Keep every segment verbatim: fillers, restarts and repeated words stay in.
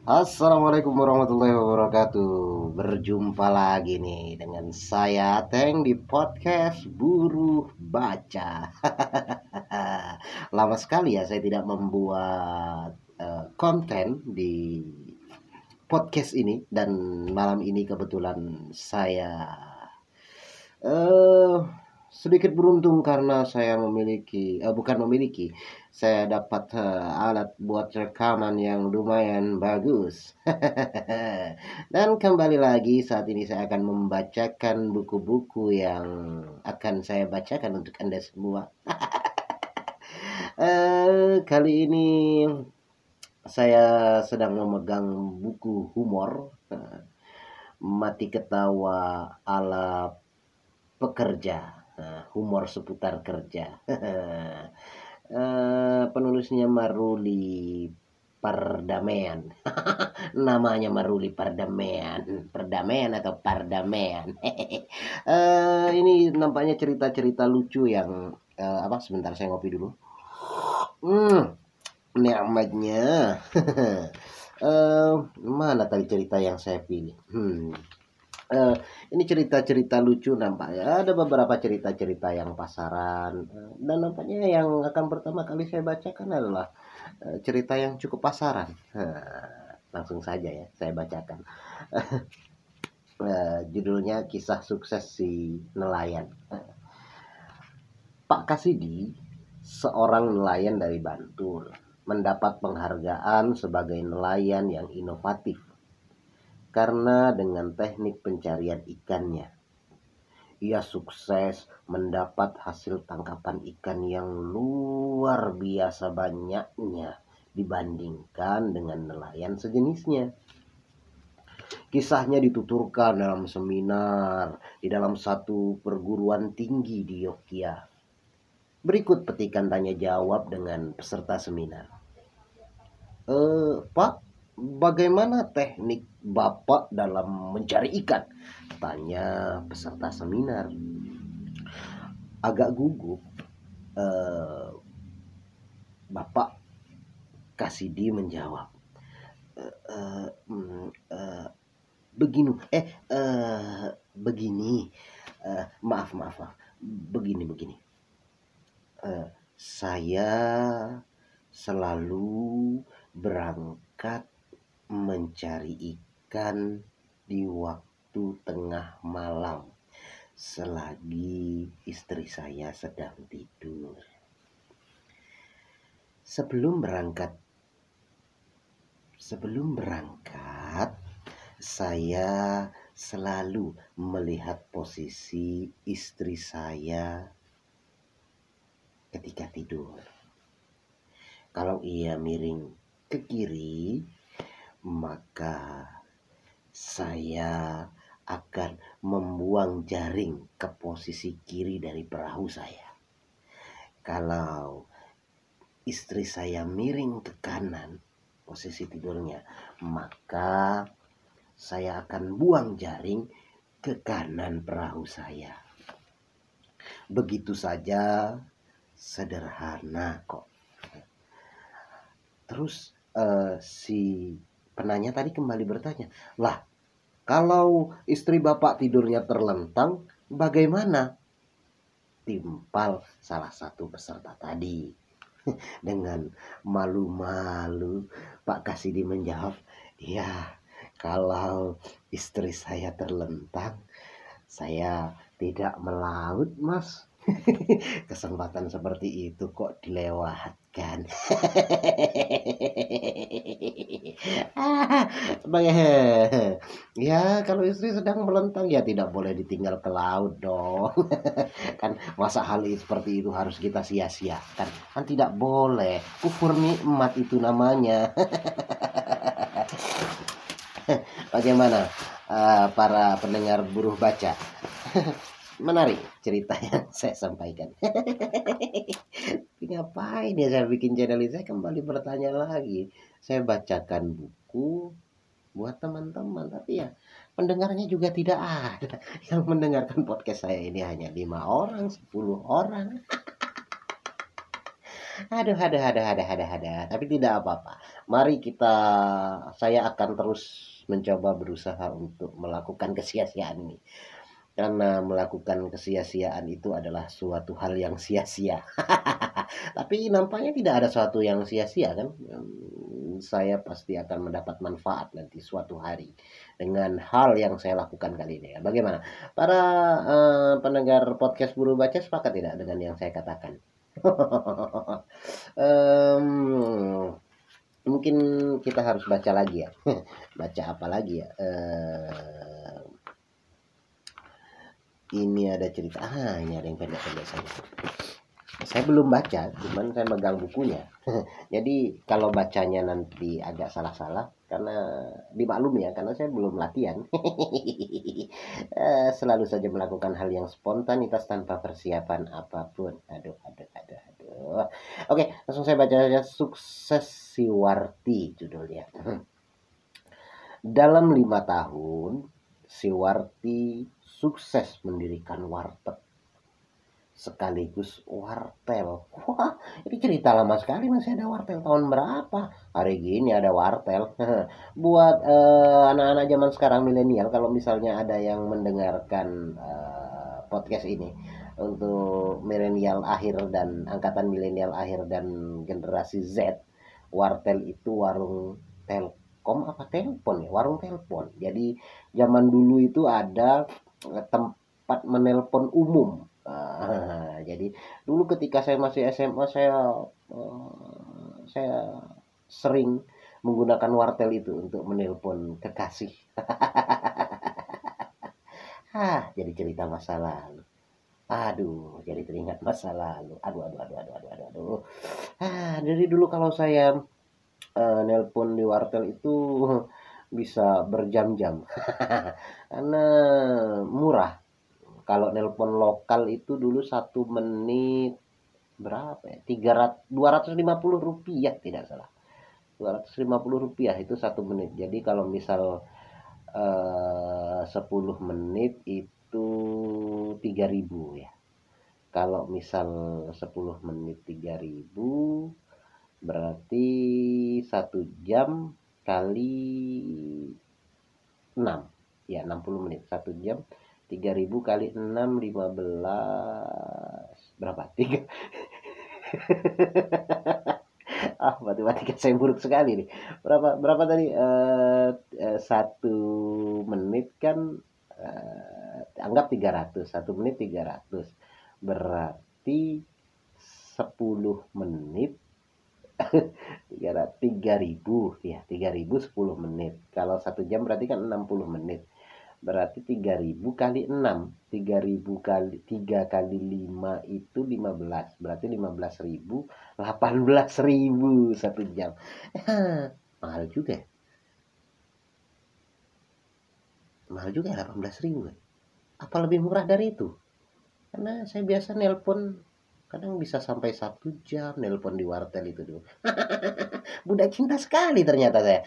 Assalamualaikum warahmatullahi wabarakatuh. Berjumpa lagi nih dengan saya Teng di podcast Buruh Baca. Lama sekali ya saya tidak membuat eh, konten di podcast ini, dan malam ini kebetulan saya eh sedikit beruntung karena saya memiliki eh, bukan memiliki, saya dapat eh, alat buat rekaman yang lumayan bagus. Dan kembali lagi saat ini saya akan membacakan buku-buku yang akan saya bacakan untuk Anda semua. Eh kali ini saya sedang memegang buku humor, eh, Mati Ketawa ala Pekerja. Nah, humor seputar kerja. Eh, penulisnya Maruli Pardamean. Namanya Maruli Pardamean. Perdamaian atau Pardamean. Eh, ini nampaknya cerita-cerita lucu yang eh, apa? Sebentar saya ngopi dulu. Hmm, nikmatnya. Eh, mana tadi cerita yang saya pilih? Hmm. Eh, ini cerita-cerita lucu nampaknya. Ada beberapa cerita-cerita yang pasaran. Eh, dan nampaknya yang akan pertama kali saya bacakan adalah eh, cerita yang cukup pasaran. Nah, langsung saja ya saya bacakan. Eh, judulnya Kisah Sukses Si Nelayan. Pak Kasidi, seorang nelayan dari Bantul, mendapat penghargaan sebagai nelayan yang inovatif karena dengan teknik pencarian ikannya ia sukses mendapat hasil tangkapan ikan yang luar biasa banyaknya dibandingkan dengan nelayan sejenisnya. Kisahnya dituturkan dalam seminar di dalam satu perguruan tinggi di Yogyakarta. Berikut petikan tanya jawab dengan peserta seminar. Eh, Pak, bagaimana teknik Bapak dalam mencari ikan? Tanya peserta seminar. Agak gugup, eh, Bapak Kasidi menjawab. Eh, eh, mm, eh, begini, eh, eh, begini, eh, maaf, maaf, maaf, begini, begini. Eh, saya selalu berangkat mencari ikan di waktu tengah malam selagi istri saya sedang tidur. Sebelum berangkat, sebelum berangkat, saya selalu melihat posisi istri saya ketika tidur. Kalau ia miring ke kiri, maka saya akan membuang jaring ke posisi kiri dari perahu saya. Kalau istri saya miring ke kanan posisi tidurnya, maka saya akan buang jaring ke kanan perahu saya. Begitu saja, sederhana kok. Terus eh, si penanya tadi kembali bertanya, lah kalau istri Bapak tidurnya terlentang, bagaimana? Timpal salah satu peserta tadi. Dengan malu-malu Pak Kasidi menjawab, ya kalau istri saya terlentang, saya tidak melaut, Mas. Kesempatan seperti itu kok dilewatkan. Ya kalau istri sedang melentang ya tidak boleh ditinggal ke laut dong. Kan masa hal seperti itu harus kita sia-siakan, kan tidak boleh. Kufur nikmat itu namanya. Bagaimana uh, para pendengar buruh baca? Menarik cerita yang saya sampaikan. Ngapain ya saya bikin channel ini? Saya kembali bertanya lagi. Saya bacakan buku buat teman-teman, tapi ya pendengarnya juga tidak ada. Yang mendengarkan podcast saya ini hanya lima orang, sepuluh orang. Aduh aduh aduh aduh aduh aduh, tapi tidak apa-apa. Mari kita saya akan terus mencoba berusaha untuk melakukan kesia-siaan ini. Karena melakukan kesia-siaan itu adalah suatu hal yang sia-sia. Tapi nampaknya tidak ada suatu yang sia-sia kan? Mmm, saya pasti akan mendapat manfaat nanti suatu hari dengan hal yang saya lakukan kali ini ya. Bagaimana? Para, eee, pendengar podcast Buru Baca sepakat tidak dengan yang saya katakan? Mmm, mungkin kita harus baca lagi ya. Baca apa lagi ya? Eee, ini ada cerita ah, ini ada yang pendek-pendek saja. Saya belum baca, cuman saya megang bukunya. Jadi kalau bacanya nanti agak salah-salah, karena dimaklumi ya, karena saya belum latihan. Eh, Selalu saja melakukan hal yang spontanitas tanpa persiapan apapun. Aduh, aduh, aduh, aduh. Oke, langsung saya baca saja. Sukses Siwarti judulnya. Dalam lima tahun, Siwarti sukses mendirikan warteg sekaligus wartel. Wah, ini cerita lama sekali masih ada wartel. Tahun berapa? Hari gini ada wartel. Buat eh, anak-anak zaman sekarang milenial, kalau misalnya ada yang mendengarkan eh, podcast ini untuk milenial akhir dan angkatan milenial akhir dan generasi Z, wartel itu warung telkom apa telepon ya? Warung telepon. Jadi zaman dulu itu ada eh, tempat menelpon umum. Ah, jadi dulu ketika saya masih S M A saya eh, saya sering menggunakan wartel itu untuk menelpon kekasih. Ah, jadi cerita masa lalu. Aduh, jadi teringat masa lalu. Aduh, aduh, aduh, aduh, aduh, aduh, aduh. Ah, dari dulu kalau saya eh, nelpon di wartel itu bisa berjam-jam. Karena murah. Kalau nelpon lokal itu dulu satu menit berapa ya? tiga ratus dua ratus lima puluh rupiah tidak salah. Dua ratus lima puluh rupiah itu satu menit. Jadi kalau misal eh, sepuluh menit itu tiga ribu ya. Kalau misal sepuluh menit tiga ribu berarti satu jam kali enam. Ya, enam puluh menit. Satu jam tiga ribu kali enam lima belas berapa? Tiga. Ah, matematika saya buruk sekali nih. Berapa berapa tadi? Eh eh, satu menit kan eh, anggap tiga ratus. Satu menit tiga ratus. Berarti sepuluh menit tiga tiga ribu ya, tiga ribu sepuluh menit. Kalau satu jam berarti kan enam puluh menit. Berarti tiga ribu kali enam. Tiga ribu kali tiga kali lima itu lima belas. Berarti lima belas ribu, delapan belas ribu satu jam. Mahal juga ya. Mahal juga ya delapan belas ribu. Apa lebih murah dari itu? Karena saya biasa nelpon kadang bisa sampai satu jam nelpon di wartel itu dulu. Budak cinta sekali ternyata saya.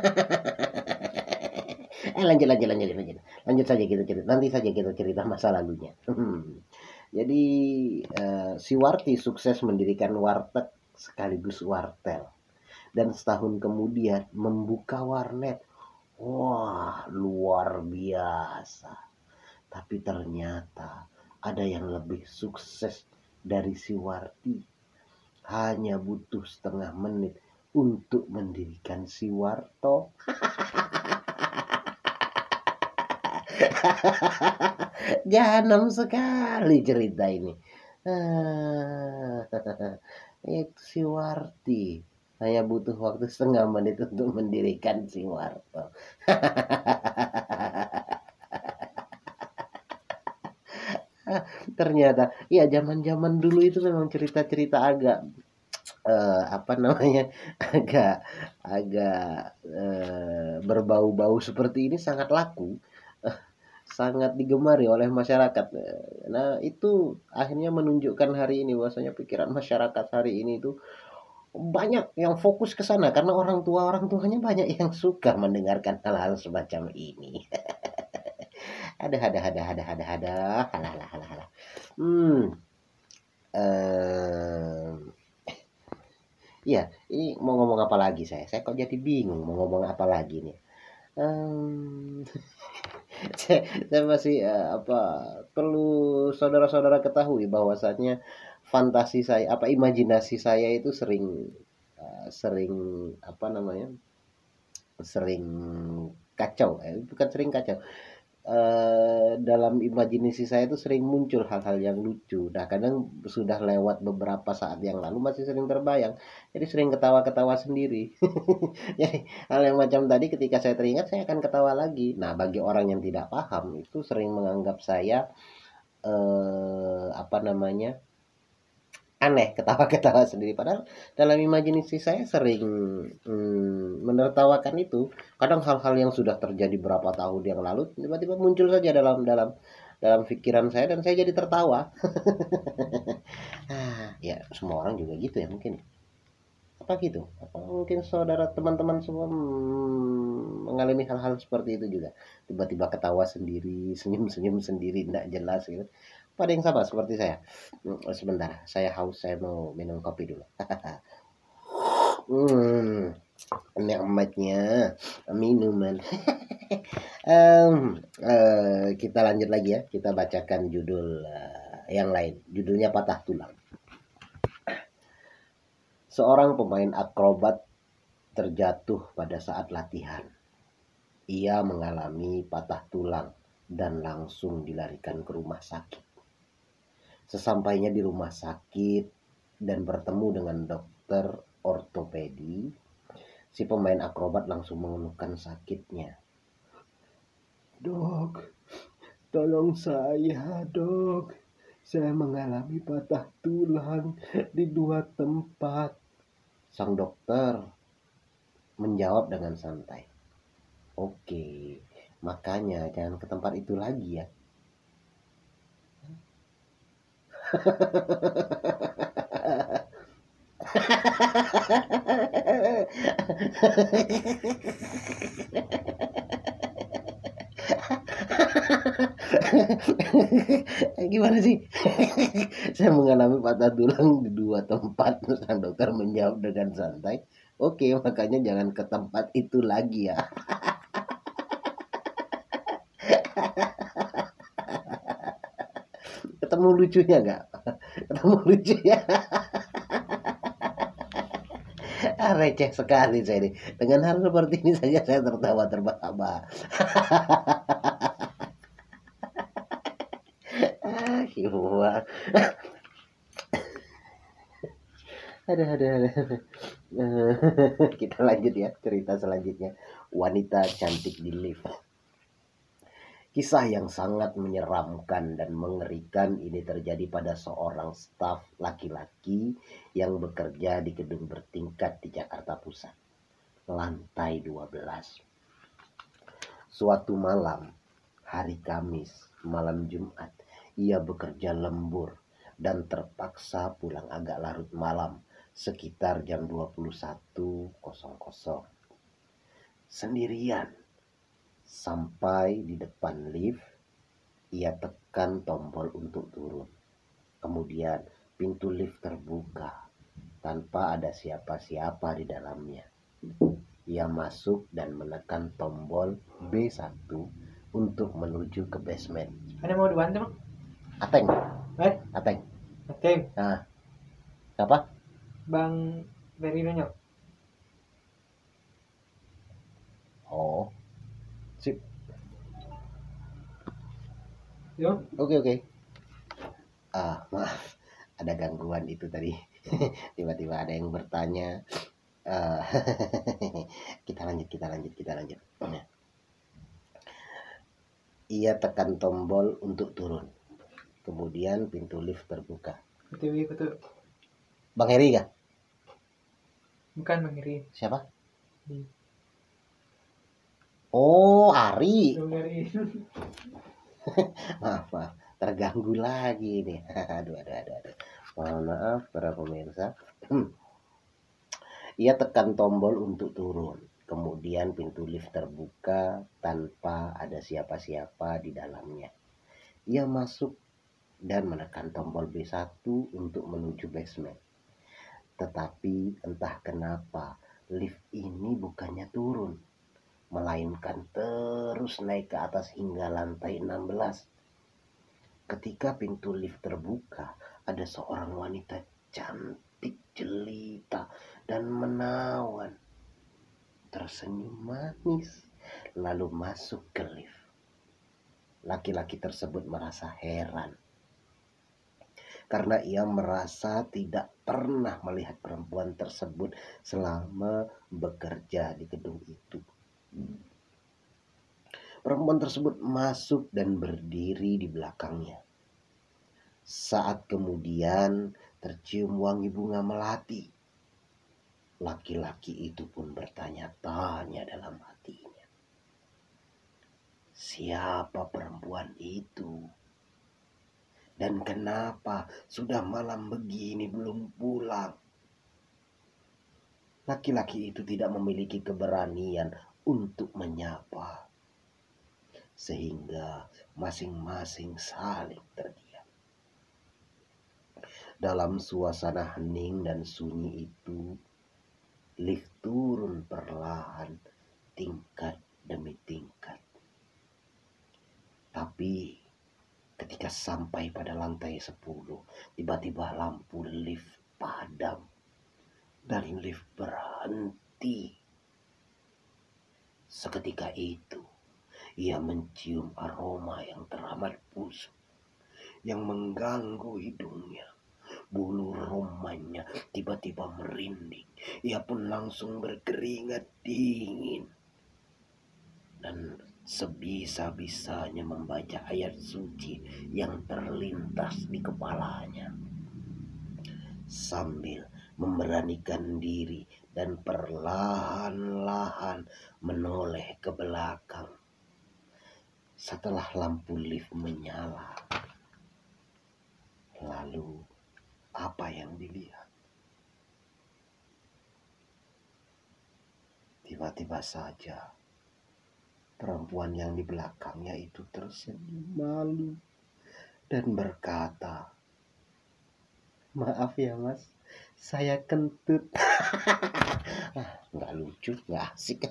Eh lanjut lanjut lanjut lanjut. Lanjut saja kita cerita. Nanti saja kita cerita masa lalunya. Jadi eh, si Warti sukses mendirikan warteg sekaligus wartel dan setahun kemudian membuka warnet. Wah, luar biasa. Tapi ternyata ada yang lebih sukses dari si Warti. Hanya butuh setengah menit untuk mendirikan si Warto. Jahanam sekali cerita ini. Ah, itu si Warti. Saya butuh waktu setengah menit untuk mendirikan si Warto. Ternyata, ya zaman-zaman dulu itu memang cerita-cerita agak eh, apa namanya, agak agak eh, berbau-bau seperti ini sangat laku. Sangat digemari oleh masyarakat. Nah, itu akhirnya menunjukkan hari ini bahwasanya pikiran masyarakat hari ini itu banyak yang fokus ke sana karena orang tua orang tuanya banyak yang suka mendengarkan hal-hal semacam ini. Ada ada ada ada ada ada halah halah halah halah. Hmm. eh, Iya, ini mau ngomong apa lagi saya? Saya kok jadi bingung mau ngomong apa lagi nih. Mmm, saya saya masih, eee, apa, perlu saudara-saudara ketahui bahwasanya fantasi saya apa, imajinasi saya itu sering, eee, sering apa namanya, sering kacau, eh, bukan sering kacau, eee, dalam imajinasi saya itu sering muncul hal-hal yang lucu. Nah, kadang sudah lewat beberapa saat yang lalu masih sering terbayang, jadi sering ketawa-ketawa sendiri. Jadi hal yang macam tadi ketika saya teringat saya akan ketawa lagi. Nah, bagi orang yang tidak paham itu sering menganggap saya, eee, apa namanya, aneh ketawa-ketawa sendiri. Padahal dalam imajinasi saya sering, mmm, menertawakan itu. Kadang hal-hal yang sudah terjadi berapa tahun yang lalu tiba-tiba muncul saja dalam dalam dalam pikiran saya dan saya jadi tertawa. Ah, ya semua orang juga gitu ya mungkin. Apa gitu? Apa mungkin saudara teman-teman semua, mmm, mengalami hal-hal seperti itu juga? Tiba-tiba ketawa sendiri, senyum-senyum sendiri ndak jelas gitu. Apa ada yang sama seperti saya? Mmm, sebentar, saya haus, saya mau minum kopi dulu. Mmm, nikmatnya minuman. Mmm, eee, kita lanjut lagi ya, kita bacakan judul, eee, yang lain. Judulnya Patah Tulang. Seorang pemain akrobat terjatuh pada saat latihan. Ia mengalami patah tulang dan langsung dilarikan ke rumah sakit. Sesampainya di rumah sakit dan bertemu dengan dokter ortopedi, si pemain akrobat langsung mengeluhkan sakitnya. Dok, tolong saya dok. Saya mengalami patah tulang di dua tempat. Sang dokter menjawab dengan santai. Oke, makanya jangan ke tempat itu lagi ya. Gimana sih? Saya mengalami patah tulang di dua tempat. Terus sang dokter menjawab dengan santai. Oke, makanya jangan ke tempat itu lagi ya. Ketemu lucunya nggak? Ketemu lucunya. Ah, receh sekali saya ini. Dengan hal seperti ini saja saya tertawa terbahak-bahak. Ah, Kiwak. Ada, ada, ada. Kita lanjut ya cerita selanjutnya. Wanita cantik di lift. Kisah yang sangat menyeramkan dan mengerikan ini terjadi pada seorang staf laki-laki yang bekerja di gedung bertingkat di Jakarta Pusat, lantai dua belas. Suatu malam, hari Kamis, malam Jumat, ia bekerja lembur dan terpaksa pulang agak larut malam, sekitar jam dua puluh satu sendirian. Sampai di depan lift, ia tekan tombol untuk turun. Kemudian pintu lift terbuka tanpa ada siapa-siapa di dalamnya. Ia masuk dan menekan tombol B satu untuk menuju ke basement. Ada mau dibantu, Bang? Ateng, Eh, Ateng. Ateng, Nah, siapa? Bang Ferry Nonyok. Oh, sip. Yo, Oke, oke. Ah, maaf. Ada gangguan itu tadi. Tiba-tiba ada yang bertanya. Ah, kita lanjut, kita lanjut, kita lanjut. Ia tekan tombol untuk turun. Kemudian pintu lift terbuka. betul betul. Bang Heri kah? Bukan Bang Ferry. Siapa? Hmm. Oh, Ari. Bang Ferry. Maaf, maaf. Terganggu lagi nih. Aduh, aduh, aduh, aduh. Mohon maaf para pemirsa. Ia tekan tombol untuk turun. Kemudian pintu lift terbuka tanpa ada siapa-siapa di dalamnya. Ia masuk dan menekan tombol B satu untuk menuju basement. Tetapi entah kenapa lift ini bukannya turun, melainkan terus naik ke atas hingga lantai enam belas. Ketika pintu lift terbuka, ada seorang wanita cantik jelita dan menawan, tersenyum manis, lalu masuk ke lift. Laki-laki tersebut merasa heran karena ia merasa tidak pernah melihat perempuan tersebut selama bekerja di gedung itu. Perempuan tersebut masuk dan berdiri di belakangnya. Saat kemudian tercium wangi bunga melati. Laki-laki itu pun bertanya-tanya dalam hatinya. Siapa perempuan itu? Dan kenapa sudah malam begini belum pulang? Laki-laki itu tidak memiliki keberanian untuk menyapa, sehingga masing-masing saling terdiam. Dalam suasana hening dan sunyi itu, lift turun perlahan tingkat demi tingkat. Tapi ketika sampai pada lantai sepuluh, tiba-tiba lampu lift padam dan lift berhenti. Seketika itu, ia mencium aroma yang teramat busuk yang mengganggu hidungnya. Bulu rumahnya tiba-tiba merinding. Ia pun langsung berkeringat dingin dan sebisa-bisanya membaca ayat suci yang terlintas di kepalanya, sambil memberanikan diri dan perlahan-lahan menoleh ke belakang. Setelah lampu lift menyala, lalu apa yang dilihat? Tiba-tiba saja perempuan yang di belakangnya itu tersenyum malu dan berkata, "Maaf ya mas, saya kentut." Ah, nggak lucu, nggak asik.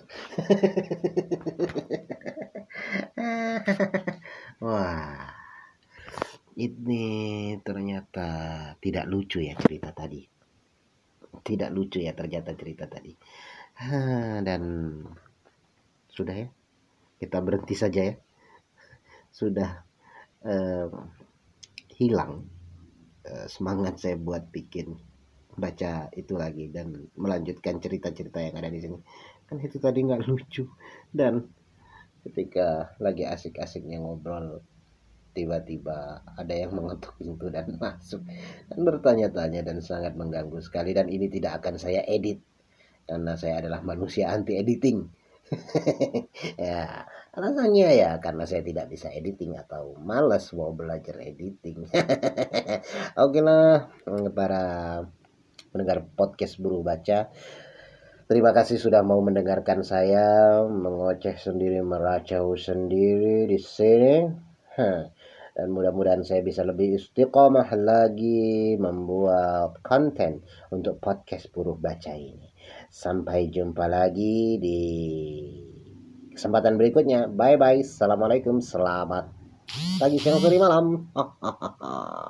Wah, ini ternyata tidak lucu ya cerita tadi. Tidak lucu ya ternyata cerita tadi. Dan sudah ya, kita berhenti saja ya. Sudah eh, hilang eh, semangat saya buat bikin baca itu lagi dan melanjutkan cerita-cerita yang ada di sini. Kan itu tadi nggak lucu, dan ketika lagi asik-asiknya ngobrol, tiba-tiba ada yang mengetuk pintu dan masuk dan bertanya-tanya dan sangat mengganggu sekali, dan ini tidak akan saya edit karena saya adalah manusia anti editing. Ya, alasannya ya karena saya tidak bisa editing atau malas mau belajar editing. Oke lah, para pendengar podcast Buruh Baca, terima kasih sudah mau mendengarkan saya mengoceh sendiri, meracau sendiri di sini. Dan mudah-mudahan saya bisa lebih istiqomah lagi membuat konten untuk podcast Buruh Baca ini. Sampai jumpa lagi di kesempatan berikutnya. Bye bye. Assalamualaikum. Selamat pagi, siang, sore, malam.